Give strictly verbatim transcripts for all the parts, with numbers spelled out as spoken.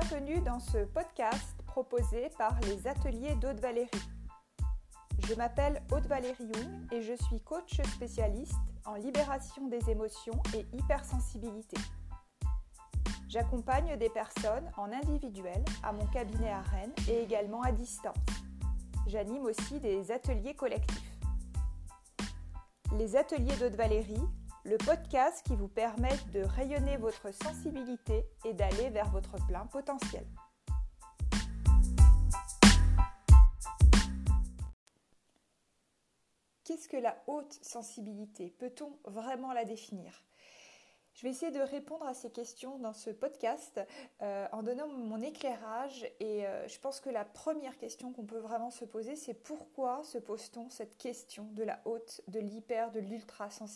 Bienvenue dans ce podcast proposé par les ateliers d'Aude-Valérie. Je m'appelle Aude-Valérie Young et je suis coach spécialiste en libération des émotions et hypersensibilité. J'accompagne des personnes en individuel à mon cabinet à Rennes et également à distance. J'anime aussi des ateliers collectifs. Les ateliers d'Aude-Valérie, le podcast qui vous permet de rayonner votre sensibilité et d'aller vers votre plein potentiel. Qu'est-ce que la haute sensibilité ? Peut-on vraiment la définir ? Je vais essayer de répondre à ces questions dans ce podcast euh, en donnant mon éclairage et euh, je pense que la première question qu'on peut vraiment se poser, c'est pourquoi se pose-t-on cette question de la haute, de l'hyper, de l'ultra-sensibilité ?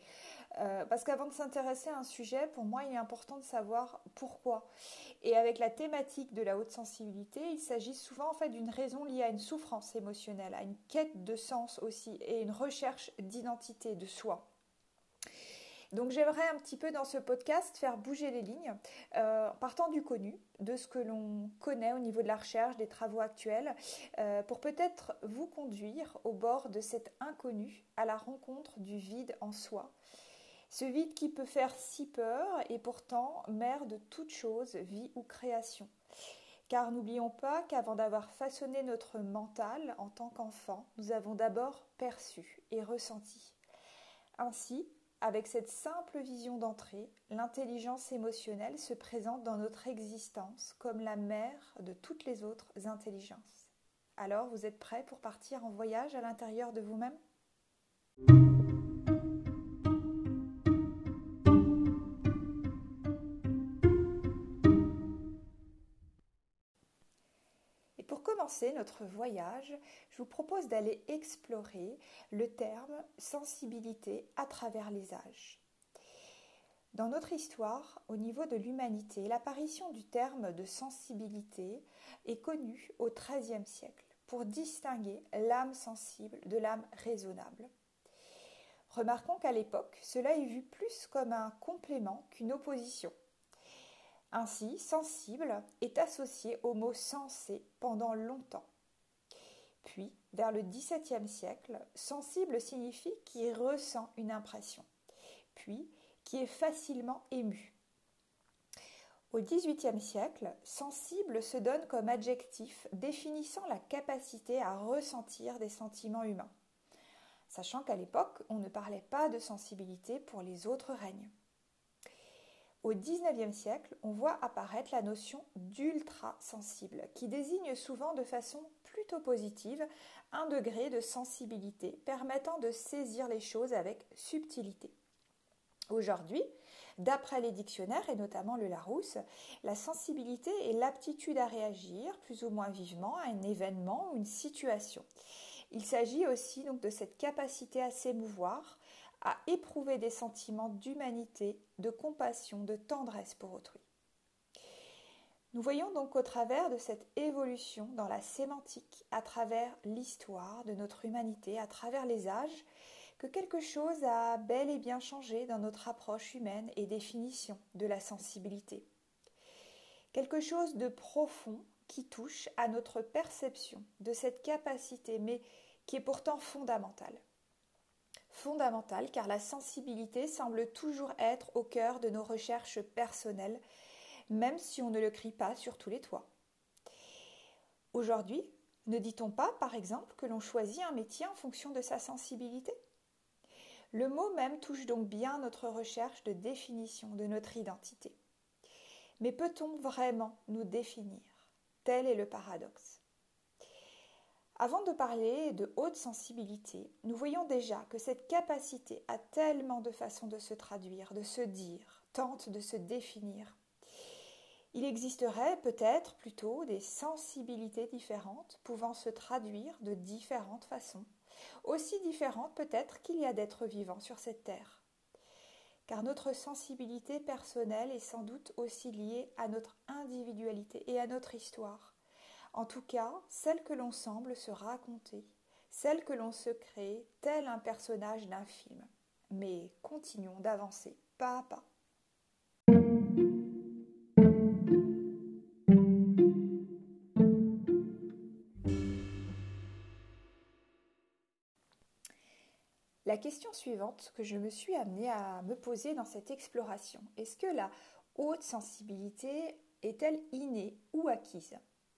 euh, Parce qu'avant de s'intéresser à un sujet, pour moi, il est important de savoir pourquoi. Et avec la thématique de la haute sensibilité, il s'agit souvent en fait d'une raison liée à une souffrance émotionnelle, à une quête de sens aussi et une recherche d'identité, de soi. Donc j'aimerais un petit peu dans ce podcast faire bouger les lignes, euh, partant du connu, de ce que l'on connaît au niveau de la recherche, des travaux actuels, euh, pour peut-être vous conduire au bord de cet inconnu, à la rencontre du vide en soi. Ce vide qui peut faire si peur et pourtant mère de toute chose, vie ou création. Car n'oublions pas qu'avant d'avoir façonné notre mental en tant qu'enfant, nous avons d'abord perçu et ressenti. Ainsi, avec cette simple vision d'entrée, l'intelligence émotionnelle se présente dans notre existence comme la mère de toutes les autres intelligences. Alors, vous êtes prêts pour partir en voyage à l'intérieur de vous-même ? Et pour commencer notre voyage, je vous propose d'aller explorer le terme sensibilité à travers les âges. Dans notre histoire, au niveau de l'humanité, l'apparition du terme de sensibilité est connue au treizième siècle pour distinguer l'âme sensible de l'âme raisonnable. Remarquons qu'à l'époque, cela est vu plus comme un complément qu'une opposition. Ainsi, sensible est associé au mot sensé pendant longtemps. Puis, vers le dix-septième siècle, sensible signifie qui ressent une impression, puis qui est facilement ému. Au dix-huitième siècle, sensible se donne comme adjectif définissant la capacité à ressentir des sentiments humains, sachant qu'à l'époque, on ne parlait pas de sensibilité pour les autres règnes. Au dix-neuvième siècle, on voit apparaître la notion d'ultra-sensible, qui désigne souvent de façon plutôt positive un degré de sensibilité permettant de saisir les choses avec subtilité. Aujourd'hui, d'après les dictionnaires et notamment le Larousse, la sensibilité est l'aptitude à réagir plus ou moins vivement à un événement ou une situation. Il s'agit aussi donc de cette capacité à s'émouvoir, à éprouver des sentiments d'humanité, de compassion, de tendresse pour autrui. Nous voyons donc au travers de cette évolution dans la sémantique, à travers l'histoire de notre humanité, à travers les âges, que quelque chose a bel et bien changé dans notre approche humaine et définition de la sensibilité. Quelque chose de profond qui touche à notre perception de cette capacité, mais qui est pourtant fondamentale. Fondamentale car la sensibilité semble toujours être au cœur de nos recherches personnelles, même si on ne le crie pas sur tous les toits. Aujourd'hui, ne dit-on pas, par exemple, que l'on choisit un métier en fonction de sa sensibilité ? Le mot même touche donc bien notre recherche de définition de notre identité. Mais peut-on vraiment nous définir ? Tel est le paradoxe. Avant de parler de haute sensibilité, nous voyons déjà que cette capacité a tellement de façons de se traduire, de se dire, tente de se définir. Il existerait peut-être plutôt des sensibilités différentes pouvant se traduire de différentes façons, aussi différentes peut-être qu'il y a d'êtres vivants sur cette terre. Car notre sensibilité personnelle est sans doute aussi liée à notre individualité et à notre histoire. En tout cas, celle que l'on semble se raconter, celle que l'on se crée, tel un personnage d'un film. Mais continuons d'avancer pas à pas. La question suivante que je me suis amenée à me poser dans cette exploration, est-ce que la haute sensibilité est-elle innée ou acquise ?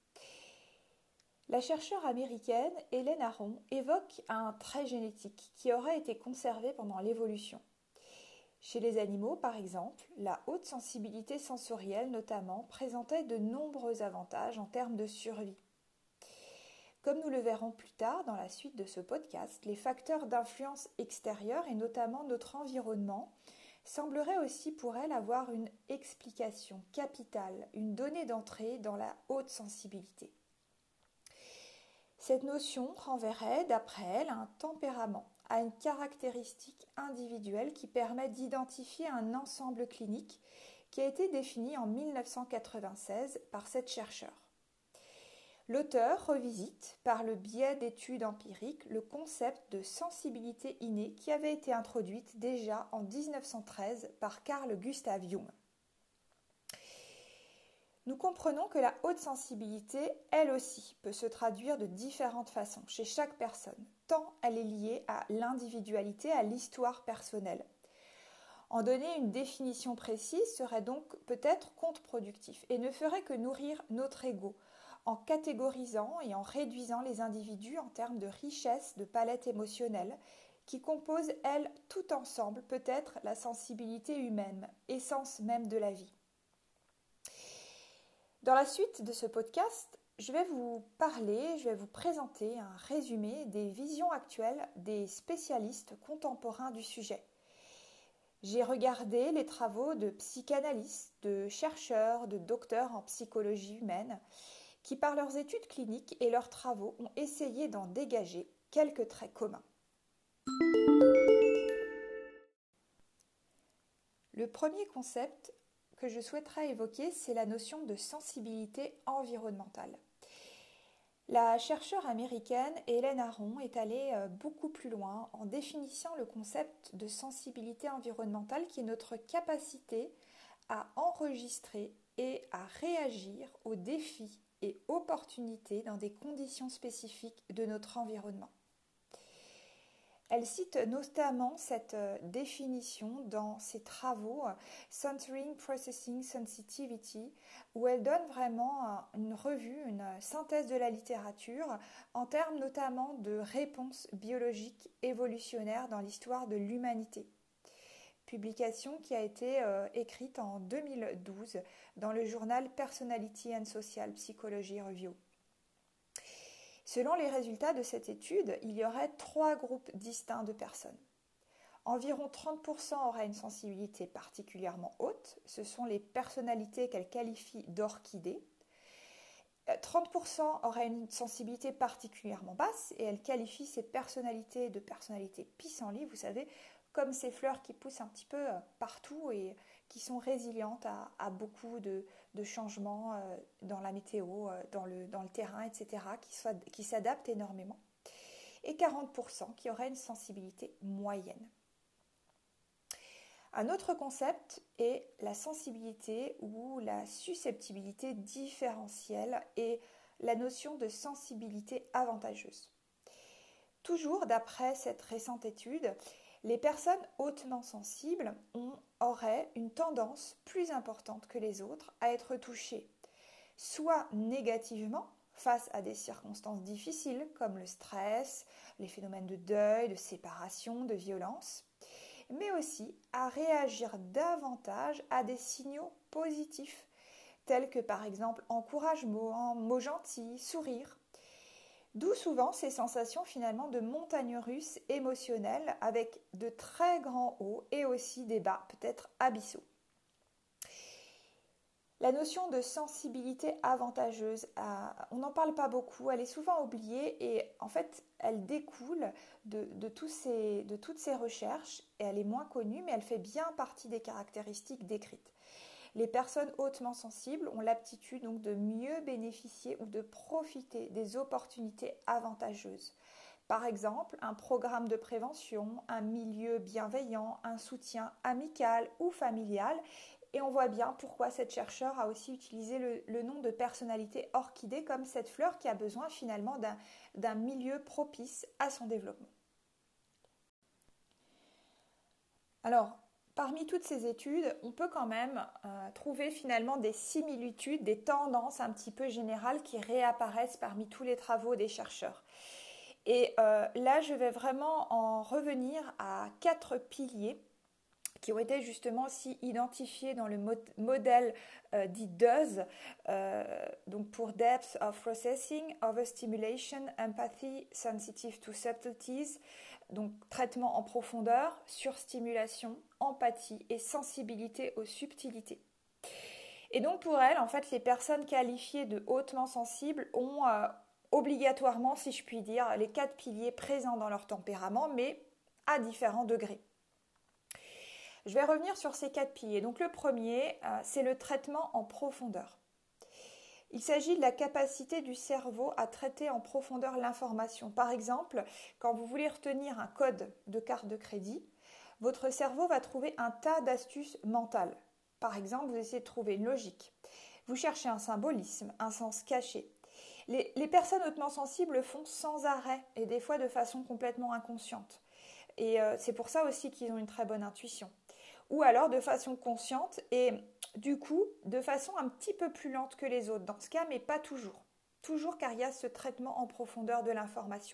La chercheure américaine Hélène Aron évoque un trait génétique qui aurait été conservé pendant l'évolution. Chez les animaux, par exemple, la haute sensibilité sensorielle notamment présentait de nombreux avantages en termes de survie. Comme nous le verrons plus tard dans la suite de ce podcast, les facteurs d'influence extérieure et notamment notre environnement sembleraient aussi pour elle avoir une explication capitale, une donnée d'entrée dans la haute sensibilité. Cette notion renverrait, d'après elle, un tempérament, à une caractéristique individuelle qui permet d'identifier un ensemble clinique qui a été défini en mille neuf cent quatre-vingt-seize par cette chercheure. L'auteur revisite, par le biais d'études empiriques, le concept de sensibilité innée qui avait été introduite déjà en dix-neuf cent treize par Carl Gustav Jung. Nous comprenons que la haute sensibilité, elle aussi, peut se traduire de différentes façons chez chaque personne, tant elle est liée à l'individualité, à l'histoire personnelle. En donner une définition précise serait donc peut-être contre-productif et ne ferait que nourrir notre ego, en catégorisant et en réduisant les individus en termes de richesse de palette émotionnelle qui composent, elles, tout ensemble, peut-être la sensibilité humaine, essence même de la vie. Dans la suite de ce podcast, je vais vous parler, je vais vous présenter un résumé des visions actuelles des spécialistes contemporains du sujet. J'ai regardé les travaux de psychanalystes, de chercheurs, de docteurs en psychologie humaine qui, par leurs études cliniques et leurs travaux, ont essayé d'en dégager quelques traits communs. Le premier concept que je souhaiterais évoquer, c'est la notion de sensibilité environnementale. La chercheure américaine Hélène Aron est allée beaucoup plus loin en définissant le concept de sensibilité environnementale qui est notre capacité à enregistrer et à réagir aux défis et opportunités dans des conditions spécifiques de notre environnement. Elle cite notamment cette définition dans ses travaux Centering Processing Sensitivity, où elle donne vraiment une revue, une synthèse de la littérature en termes notamment de réponses biologiques évolutionnaires dans l'histoire de l'humanité. Publication qui a été euh, écrite en deux mille douze dans le journal Personality and Social Psychology Review. Selon les résultats de cette étude, il y aurait trois groupes distincts de personnes. Environ trente pour cent auraient une sensibilité particulièrement haute, ce sont les personnalités qu'elle qualifie d'orchidées. trente pour cent auraient une sensibilité particulièrement basse et elle qualifie ces personnalités de personnalités pissenlits, vous savez, comme ces fleurs qui poussent un petit peu partout et qui sont résilientes à, à beaucoup de, de changements dans la météo, dans le, dans le terrain, et cetera, qui, soit, qui s'adaptent énormément. Et quarante pour cent qui auraient une sensibilité moyenne. Un autre concept est la sensibilité ou la susceptibilité différentielle et la notion de sensibilité avantageuse. Toujours d'après cette récente étude, les personnes hautement sensibles ont, auraient une tendance plus importante que les autres à être touchées, soit négativement face à des circonstances difficiles comme le stress, les phénomènes de deuil, de séparation, de violence, mais aussi à réagir davantage à des signaux positifs, tels que par exemple encouragement, mots gentils, sourire. D'où souvent ces sensations finalement de montagnes russes émotionnelles avec de très grands hauts et aussi des bas, peut-être abyssaux. La notion de sensibilité avantageuse, on n'en parle pas beaucoup, elle est souvent oubliée et en fait elle découle de, de, tous ces, de toutes ces recherches et elle est moins connue mais elle fait bien partie des caractéristiques décrites. Les personnes hautement sensibles ont l'aptitude donc de mieux bénéficier ou de profiter des opportunités avantageuses. Par exemple, un programme de prévention, un milieu bienveillant, un soutien amical ou familial. Et on voit bien pourquoi cette chercheure a aussi utilisé le, le nom de personnalité orchidée comme cette fleur qui a besoin finalement d'un, d'un milieu propice à son développement. Alors, parmi toutes ces études, on peut quand même euh, trouver finalement des similitudes, des tendances un petit peu générales qui réapparaissent parmi tous les travaux des chercheurs. Et euh, là, je vais vraiment en revenir à quatre piliers qui ont été justement aussi identifiés dans le modèle euh, dit D O Z, euh, donc pour Depth of Processing, Overstimulation, Empathy, Sensitive to Subtleties, donc traitement en profondeur, surstimulation, empathie et sensibilité aux subtilités. Et donc pour elles, en fait, les personnes qualifiées de hautement sensibles ont euh, obligatoirement, si je puis dire, les quatre piliers présents dans leur tempérament, mais à différents degrés. Je vais revenir sur ces quatre piliers. Donc le premier, euh, c'est le traitement en profondeur. Il s'agit de la capacité du cerveau à traiter en profondeur l'information. Par exemple, quand vous voulez retenir un code de carte de crédit, votre cerveau va trouver un tas d'astuces mentales. Par exemple, vous essayez de trouver une logique. Vous cherchez un symbolisme, un sens caché. Les, les personnes hautement sensibles le font sans arrêt et des fois de façon complètement inconsciente. Et euh, c'est pour ça aussi qu'ils ont une très bonne intuition. Ou alors de façon consciente et du coup de façon un petit peu plus lente que les autres dans ce cas, mais pas toujours. Toujours car il y a ce traitement en profondeur de l'information.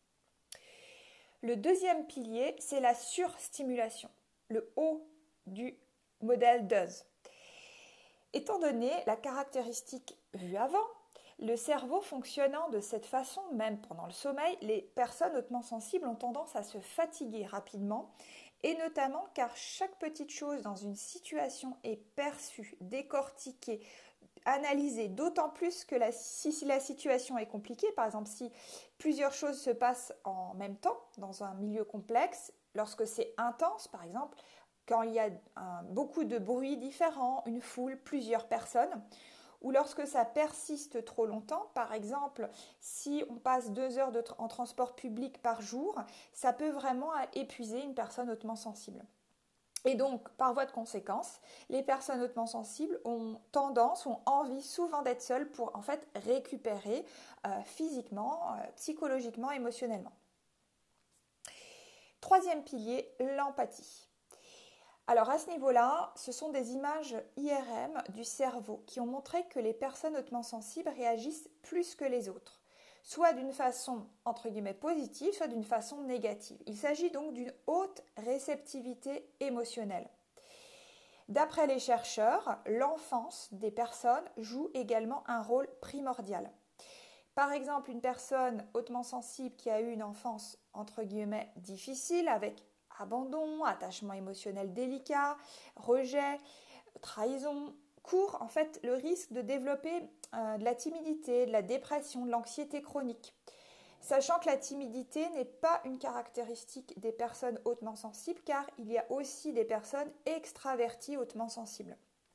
Le deuxième pilier, c'est la surstimulation, le haut du modèle D O Z. Étant donné la caractéristique vue avant, le cerveau fonctionnant de cette façon, même pendant le sommeil, les personnes hautement sensibles ont tendance à se fatiguer rapidement, et notamment car chaque petite chose dans une situation est perçue, décortiquée, analysée, d'autant plus que la, si, si la situation est compliquée, par exemple si plusieurs choses se passent en même temps dans un milieu complexe, lorsque c'est intense par exemple, quand il y a un, beaucoup de bruits différents, une foule, plusieurs personnes, ou lorsque ça persiste trop longtemps, par exemple, si on passe deux heures de tra- en transport public par jour, ça peut vraiment épuiser une personne hautement sensible. Et donc, par voie de conséquence, les personnes hautement sensibles ont tendance, ont envie souvent d'être seules pour en fait récupérer euh, physiquement, euh, psychologiquement, émotionnellement. Troisième pilier, l'empathie. Alors à ce niveau-là, ce sont des images I R M du cerveau qui ont montré que les personnes hautement sensibles réagissent plus que les autres, soit d'une façon entre guillemets positive, soit d'une façon négative. Il s'agit donc d'une haute réceptivité émotionnelle. D'après les chercheurs, l'enfance des personnes joue également un rôle primordial. Par exemple, une personne hautement sensible qui a eu une enfance entre guillemets difficile avec abandon, attachement émotionnel délicat, rejet, trahison, court en fait le risque de développer euh, de la timidité, de la dépression, de l'anxiété chronique. Sachant que la timidité n'est pas une caractéristique des personnes hautement sensibles car il y a aussi des personnes extraverties hautement sensibles.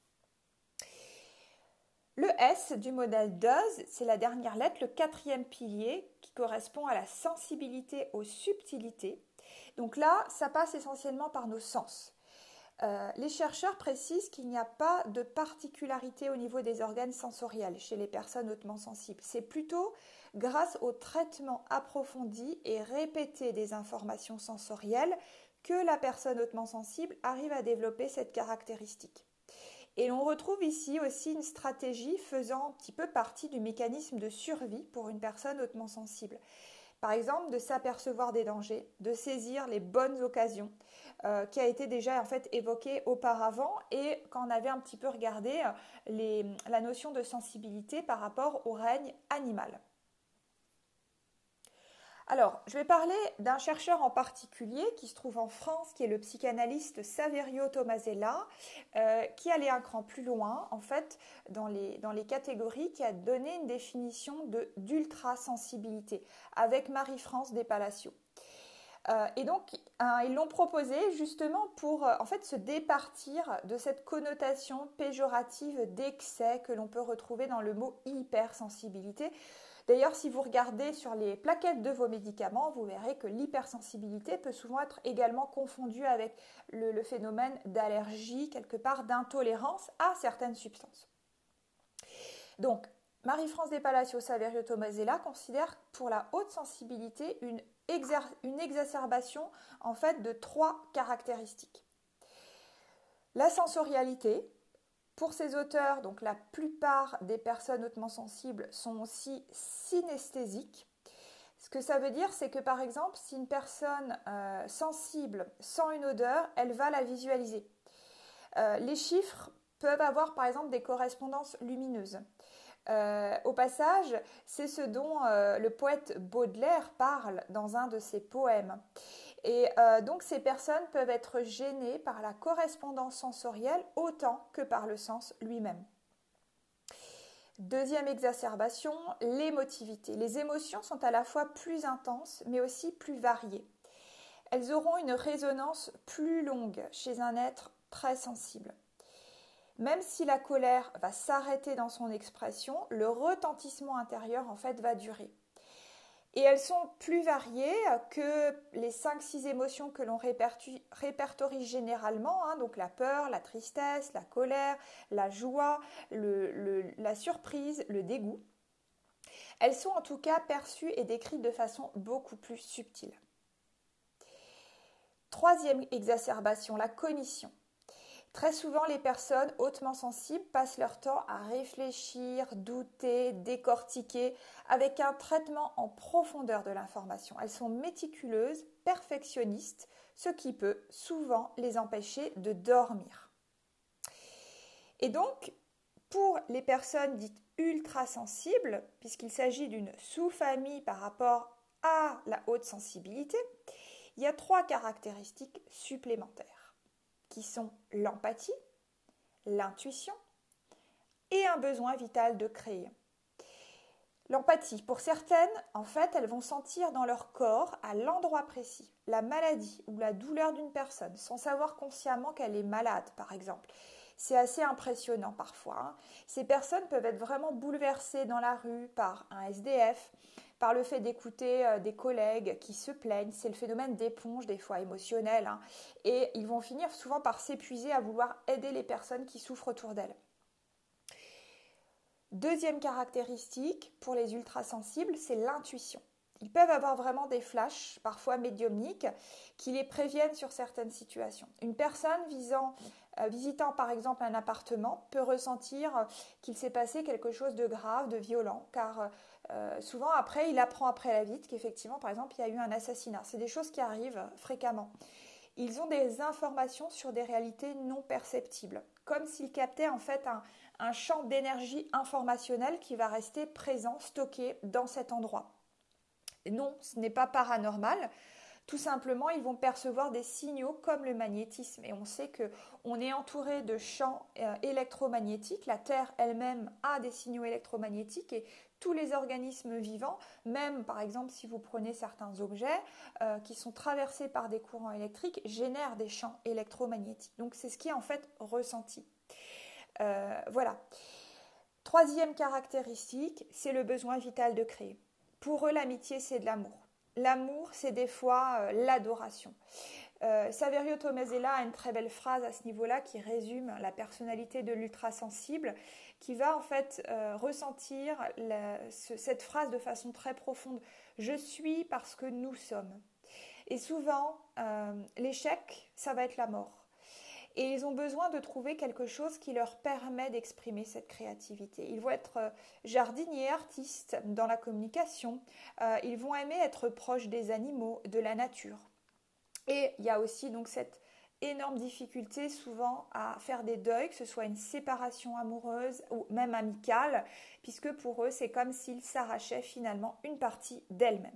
Le S du modèle D O Z, c'est la dernière lettre, le quatrième pilier qui correspond à la sensibilité aux subtilités. Donc là, ça passe essentiellement par nos sens. Euh, les chercheurs précisent qu'il n'y a pas de particularité au niveau des organes sensoriels chez les personnes hautement sensibles. C'est plutôt grâce au traitement approfondi et répété des informations sensorielles que la personne hautement sensible arrive à développer cette caractéristique. Et l'on retrouve ici aussi une stratégie faisant un petit peu partie du mécanisme de survie pour une personne hautement sensible. Par exemple, de s'apercevoir des dangers, de saisir les bonnes occasions, euh, qui a été déjà en fait évoqué auparavant et quand on avait un petit peu regardé euh, les, la notion de sensibilité par rapport au règne animal. Alors, je vais parler d'un chercheur en particulier qui se trouve en France, qui est le psychanalyste Saverio Tomasella, euh, qui allait un cran plus loin, en fait, dans les, dans les catégories, qui a donné une définition de, d'ultrasensibilité avec Marie-France Despalacio. Euh, et donc, hein, ils l'ont proposé justement pour euh, en fait, se départir de cette connotation péjorative d'excès que l'on peut retrouver dans le mot hypersensibilité. D'ailleurs, si vous regardez sur les plaquettes de vos médicaments, vous verrez que l'hypersensibilité peut souvent être également confondue avec le, le phénomène d'allergie, quelque part d'intolérance à certaines substances. Donc, Marie-France Despalacio Saverio Tomasella considère pour la haute sensibilité une, exer- une exacerbation en fait de trois caractéristiques. La sensorialité, pour ces auteurs, donc la plupart des personnes hautement sensibles sont aussi synesthésiques. Ce que ça veut dire, c'est que par exemple, si une personne euh, sensible sent une odeur, elle va la visualiser. Euh, les chiffres peuvent avoir par exemple des correspondances lumineuses. Euh, au passage, c'est ce dont euh, le poète Baudelaire parle dans un de ses poèmes. Et euh, donc ces personnes peuvent être gênées par la correspondance sensorielle autant que par le sens lui-même. Deuxième exacerbation, l'émotivité. Les émotions sont à la fois plus intenses mais aussi plus variées. Elles auront une résonance plus longue chez un être très sensible. Même si la colère va s'arrêter dans son expression, le retentissement intérieur en fait va durer. Et elles sont plus variées que les cinq six émotions que l'on répertorie généralement, hein, donc la peur, la tristesse, la colère, la joie, le, le, la surprise, le dégoût. Elles sont en tout cas perçues et décrites de façon beaucoup plus subtile. Troisième exacerbation, la cognition. Très souvent, les personnes hautement sensibles passent leur temps à réfléchir, douter, décortiquer, avec un traitement en profondeur de l'information. Elles sont méticuleuses, perfectionnistes, ce qui peut souvent les empêcher de dormir. Et donc, pour les personnes dites ultra sensibles, puisqu'il s'agit d'une sous-famille par rapport à la haute sensibilité, il y a trois caractéristiques supplémentaires, qui sont l'empathie, l'intuition et un besoin vital de créer. L'empathie, pour certaines, en fait, elles vont sentir dans leur corps, à l'endroit précis, la maladie ou la douleur d'une personne, sans savoir consciemment qu'elle est malade, par exemple. C'est assez impressionnant parfois. Hein. Ces personnes peuvent être vraiment bouleversées dans la rue par un S D F, par le fait d'écouter euh, des collègues qui se plaignent. C'est le phénomène d'éponge, des fois émotionnel. Hein. Et ils vont finir souvent par s'épuiser à vouloir aider les personnes qui souffrent autour d'elles. Deuxième caractéristique pour les ultrasensibles, c'est l'intuition. Ils peuvent avoir vraiment des flashs, parfois médiumniques, qui les préviennent sur certaines situations. Une personne visant, euh, visitant par exemple un appartement peut ressentir euh, qu'il s'est passé quelque chose de grave, de violent, car euh, souvent après, il apprend après la visite qu'effectivement, par exemple, il y a eu un assassinat. C'est des choses qui arrivent fréquemment. Ils ont des informations sur des réalités non perceptibles, comme s'ils captaient en fait un, un champ d'énergie informationnelle qui va rester présent, stocké dans cet endroit. Et non, ce n'est pas paranormal. Tout simplement, ils vont percevoir des signaux comme le magnétisme. Et on sait qu'on est entouré de champs euh, électromagnétiques. La Terre elle-même a des signaux électromagnétiques et tous les organismes vivants, même par exemple si vous prenez certains objets euh, qui sont traversés par des courants électriques, génèrent des champs électromagnétiques. Donc c'est ce qui est en fait ressenti. Euh, voilà. Troisième caractéristique, c'est le besoin vital de créer. Pour eux, l'amitié, c'est de l'amour. L'amour, c'est des fois euh, l'adoration. Euh, Saverio Tomasella a une très belle phrase à ce niveau-là qui résume la personnalité de l'ultrasensible, qui va en fait euh, ressentir la, ce, cette phrase de façon très profonde. Je suis parce que nous sommes. Et souvent, euh, l'échec, ça va être la mort. Et ils ont besoin de trouver quelque chose qui leur permet d'exprimer cette créativité. Ils vont être jardiniers, artistes dans la communication. Euh, ils vont aimer être proches des animaux, de la nature. Et il y a aussi donc cette énorme difficulté souvent à faire des deuils, que ce soit une séparation amoureuse ou même amicale, puisque pour eux, c'est comme s'ils s'arrachaient finalement une partie d'elles-mêmes.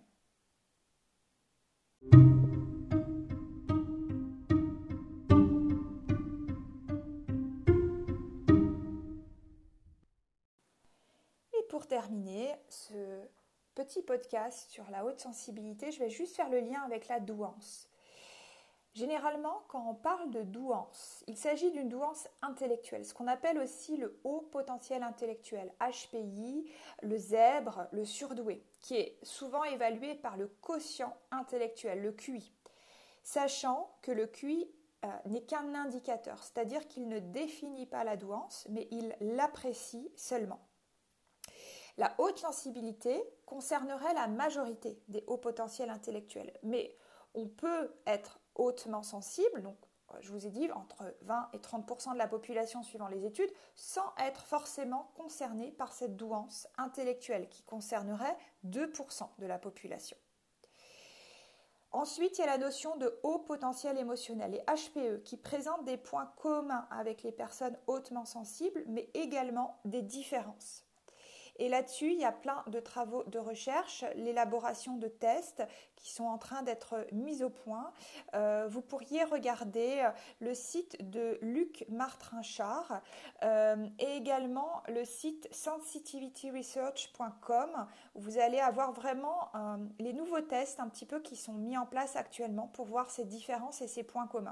Pour terminer ce petit podcast sur la haute sensibilité, je vais juste faire le lien avec la douance. Généralement, quand on parle de douance, il s'agit d'une douance intellectuelle, ce qu'on appelle aussi le haut potentiel intellectuel, H P I, le zèbre, le surdoué, qui est souvent évalué par le quotient intellectuel, le Q I, sachant que le Q I euh, n'est qu'un indicateur, c'est-à-dire qu'il ne définit pas la douance, mais il l'apprécie seulement. La haute sensibilité concernerait la majorité des hauts potentiels intellectuels, mais on peut être hautement sensible, donc je vous ai dit, entre vingt et trente pour cent de la population suivant les études, sans être forcément concernés par cette douance intellectuelle qui concernerait deux pour cent de la population. Ensuite, il y a la notion de haut potentiel émotionnel, les H P E, qui présentent des points communs avec les personnes hautement sensibles, mais également des différences. Et là-dessus, il y a plein de travaux de recherche, l'élaboration de tests qui sont en train d'être mis au point. Euh, vous pourriez regarder le site de Luc Martrinchard euh, et également le site sensitivity research point com où vous allez avoir vraiment euh, les nouveaux tests un petit peu qui sont mis en place actuellement pour voir ces différences et ces points communs.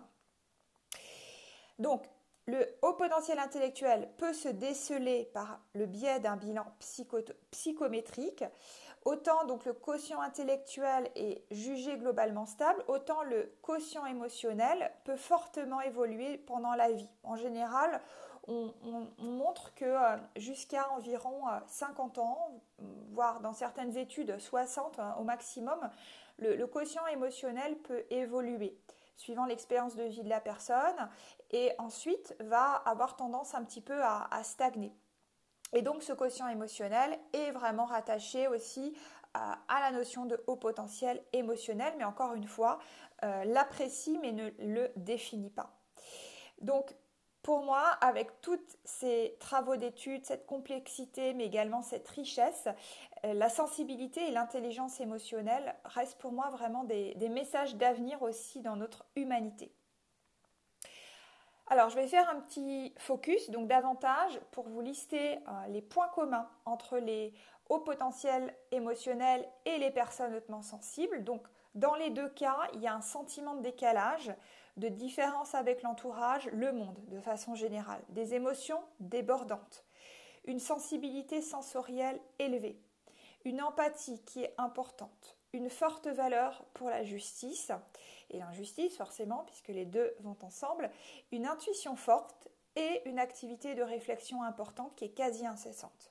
Donc, le haut potentiel intellectuel peut se déceler par le biais d'un bilan psycho- psychométrique. Autant donc le quotient intellectuel est jugé globalement stable, autant le quotient émotionnel peut fortement évoluer pendant la vie. En général, on, on, on montre que jusqu'à environ cinquante ans, voire dans certaines études soixante au maximum, le, le quotient émotionnel peut évoluer suivant l'expérience de vie de la personne, et ensuite va avoir tendance un petit peu à, à stagner. Et donc ce quotient émotionnel est vraiment rattaché aussi à, à la notion de haut potentiel émotionnel, mais encore une fois, euh, l'apprécie mais ne le définit pas. Donc pour moi, avec tous ces travaux d'études, cette complexité, mais également cette richesse, la sensibilité et l'intelligence émotionnelle restent pour moi vraiment des, des messages d'avenir aussi dans notre humanité. Alors, je vais faire un petit focus, donc davantage, pour vous lister euh, les points communs entre les hauts potentiels émotionnels et les personnes hautement sensibles. Donc, dans les deux cas, il y a un sentiment de décalage, de différence avec l'entourage, le monde, de façon générale, des émotions débordantes, une sensibilité sensorielle élevée, une empathie qui est importante, une forte valeur pour la justice et l'injustice forcément puisque les deux vont ensemble, une intuition forte et une activité de réflexion importante qui est quasi incessante.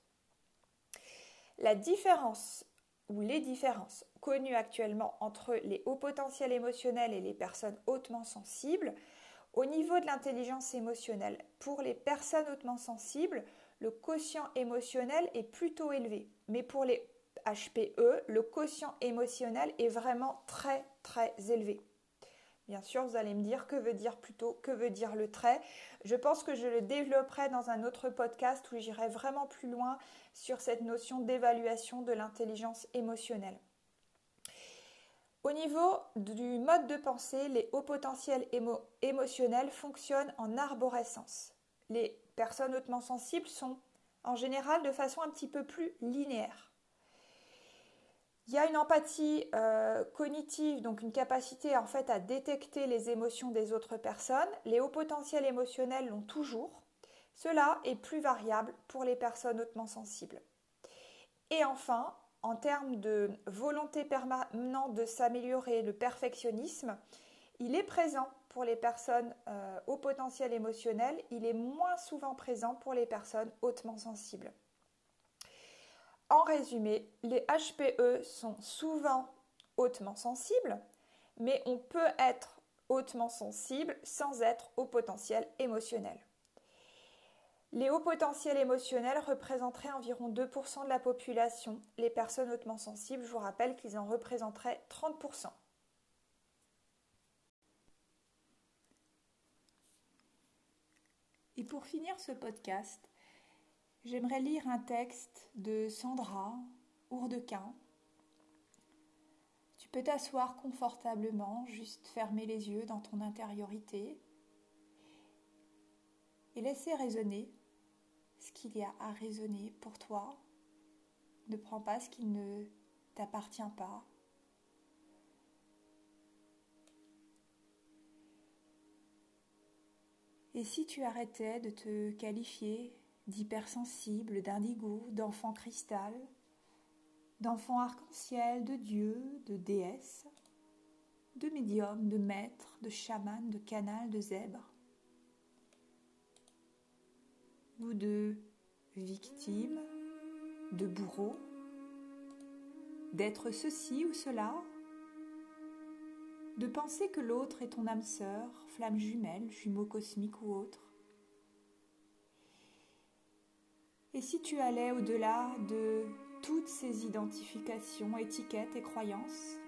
La différence ou les différences connues actuellement entre les hauts potentiels émotionnels et les personnes hautement sensibles, au niveau de l'intelligence émotionnelle, pour les personnes hautement sensibles, le quotient émotionnel est plutôt élevé, mais pour les H P E, le quotient émotionnel est vraiment très très élevé. Bien sûr, vous allez me dire que veut dire plutôt, que veut dire le trait. Je pense que je le développerai dans un autre podcast où j'irai vraiment plus loin sur cette notion d'évaluation de l'intelligence émotionnelle. Au niveau du mode de pensée, les hauts potentiels émo- émotionnels fonctionnent en arborescence. Les personnes hautement sensibles sont en général de façon un petit peu plus linéaire. Il y a une empathie euh, cognitive, donc une capacité en fait à détecter les émotions des autres personnes. Les hauts potentiels émotionnels l'ont toujours. Cela est plus variable pour les personnes hautement sensibles. Et enfin, en termes de volonté permanente de s'améliorer, le perfectionnisme, il est présent pour les personnes euh, au potentiel émotionnel, il est moins souvent présent pour les personnes hautement sensibles. En résumé, les H P E sont souvent hautement sensibles, mais on peut être hautement sensible sans être au potentiel émotionnel. Les hauts potentiels émotionnels représenteraient environ deux pour cent de la population. Les personnes hautement sensibles, je vous rappelle qu'ils en représenteraient trente pour cent. Et pour finir ce podcast, j'aimerais lire un texte de Sandra Hourdequin. Tu peux t'asseoir confortablement, juste fermer les yeux dans ton intériorité et laisser résonner ce qu'il y a à résonner pour toi. Ne prends pas ce qui ne t'appartient pas. Et si tu arrêtais de te qualifier d'hypersensible, d'indigo, d'enfant cristal, d'enfant arc-en-ciel, de dieu, de déesse, de médium, de maître, de chaman, de canal, de zèbre, ou de victime, de bourreau, d'être ceci ou cela, de penser que l'autre est ton âme sœur, flamme jumelle, jumeau cosmique ou autre. Et si tu allais au-delà de toutes ces identifications, étiquettes et croyances,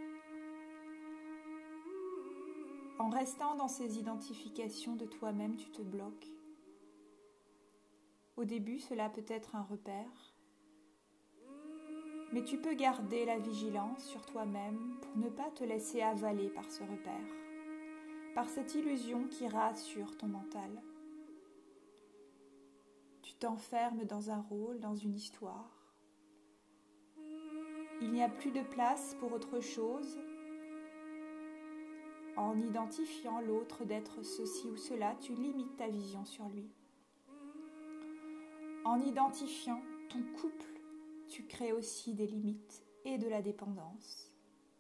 en restant dans ces identifications de toi-même, tu te bloques. Au début, cela peut être un repère, mais tu peux garder la vigilance sur toi-même pour ne pas te laisser avaler par ce repère, par cette illusion qui rassure ton mental. Tu t'enfermes dans un rôle, dans une histoire. Il n'y a plus de place pour autre chose. En identifiant l'autre d'être ceci ou cela, tu limites ta vision sur lui. En identifiant ton couple, tu crées aussi des limites et de la dépendance.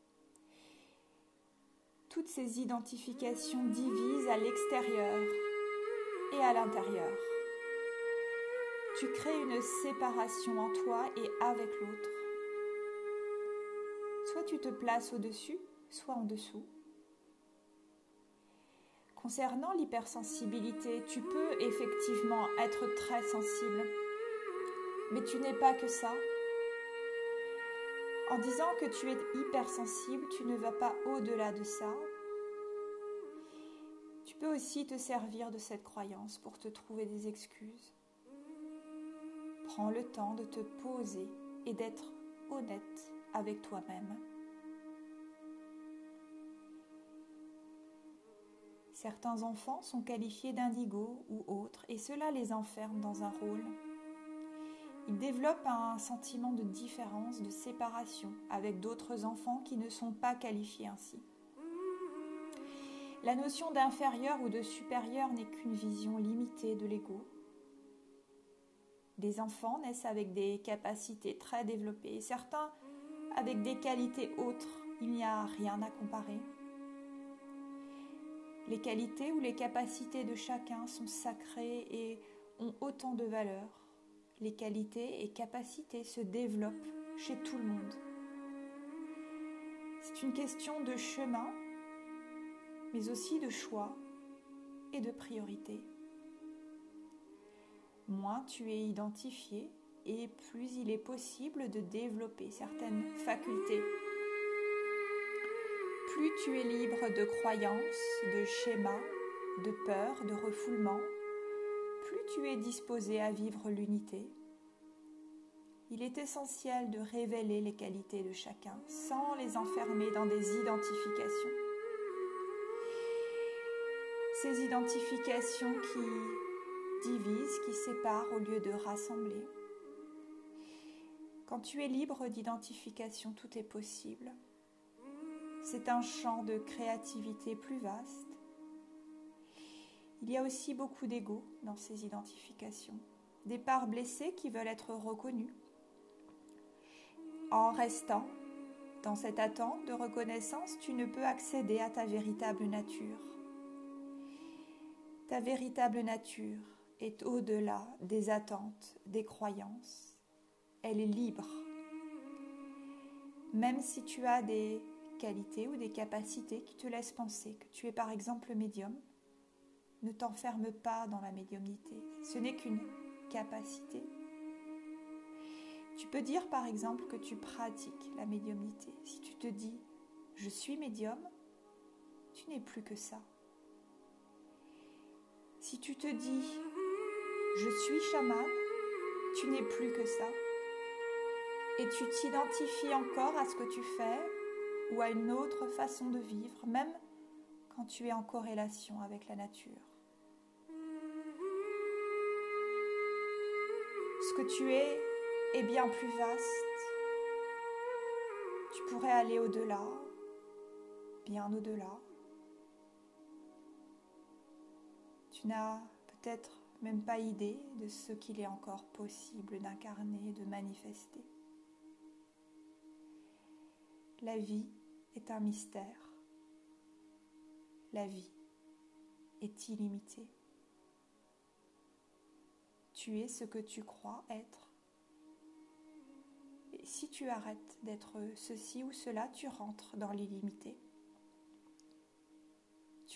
Toutes ces identifications divisent à l'extérieur et à l'intérieur. Tu crées une séparation en toi et avec l'autre. Soit tu te places au-dessus, soit en dessous. Concernant l'hypersensibilité, tu peux effectivement être très sensible, mais tu n'es pas que ça. En disant que tu es hypersensible, tu ne vas pas au-delà de ça. Tu peux aussi te servir de cette croyance pour te trouver des excuses. Prends le temps de te poser et d'être honnête avec toi-même. Certains enfants sont qualifiés d'indigo ou autres et cela les enferme dans un rôle. Ils développent un sentiment de différence, de séparation avec d'autres enfants qui ne sont pas qualifiés ainsi. La notion d'inférieur ou de supérieur n'est qu'une vision limitée de l'ego. Des enfants naissent avec des capacités très développées et certains avec des qualités autres. Il n'y a rien à comparer. Les qualités ou les capacités de chacun sont sacrées et ont autant de valeur. Les qualités et capacités se développent chez tout le monde. C'est une question de chemin, mais aussi de choix et de priorité. Moins tu es identifié et plus il est possible de développer certaines facultés. Plus tu es libre de croyances, de schémas, de peurs, de refoulements, plus tu es disposé à vivre l'unité. Il est essentiel de révéler les qualités de chacun sans les enfermer dans des identifications. Ces identifications qui divisent, qui séparent au lieu de rassembler. Quand tu es libre d'identification, tout est possible. C'est un champ de créativité plus vaste. Il y a aussi beaucoup d'ego dans ces identifications, des parts blessées qui veulent être reconnues. En restant dans cette attente de reconnaissance, tu ne peux accéder à ta véritable nature. Ta véritable nature est au-delà des attentes, des croyances. Elle est libre. Même si tu as des qualités ou des capacités qui te laissent penser que tu es par exemple médium, ne t'enferme pas dans la médiumnité. Ce n'est qu'une capacité. Tu peux dire par exemple que tu pratiques la médiumnité. Si tu te dis « je suis médium », tu n'es plus que ça. Si tu te dis « je suis chaman », tu n'es plus que ça. Et tu t'identifies encore à ce que tu fais ou à une autre façon de vivre, même quand tu es en corrélation avec la nature. Ce que tu es est bien plus vaste. Tu pourrais aller au-delà, bien au-delà. Tu n'as peut-être même pas idée de ce qu'il est encore possible d'incarner, de manifester. La vie est un mystère. La vie est illimitée. Tu es ce que tu crois être. Et si tu arrêtes d'être ceci ou cela, tu rentres dans l'illimité.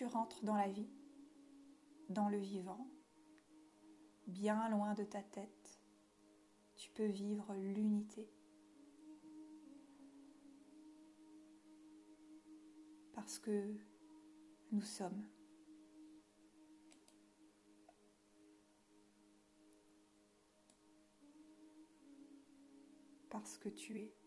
tu rentres dans la vie, dans le vivant, bien loin de ta tête, tu peux vivre l'unité. Parce que nous sommes. Parce que tu es.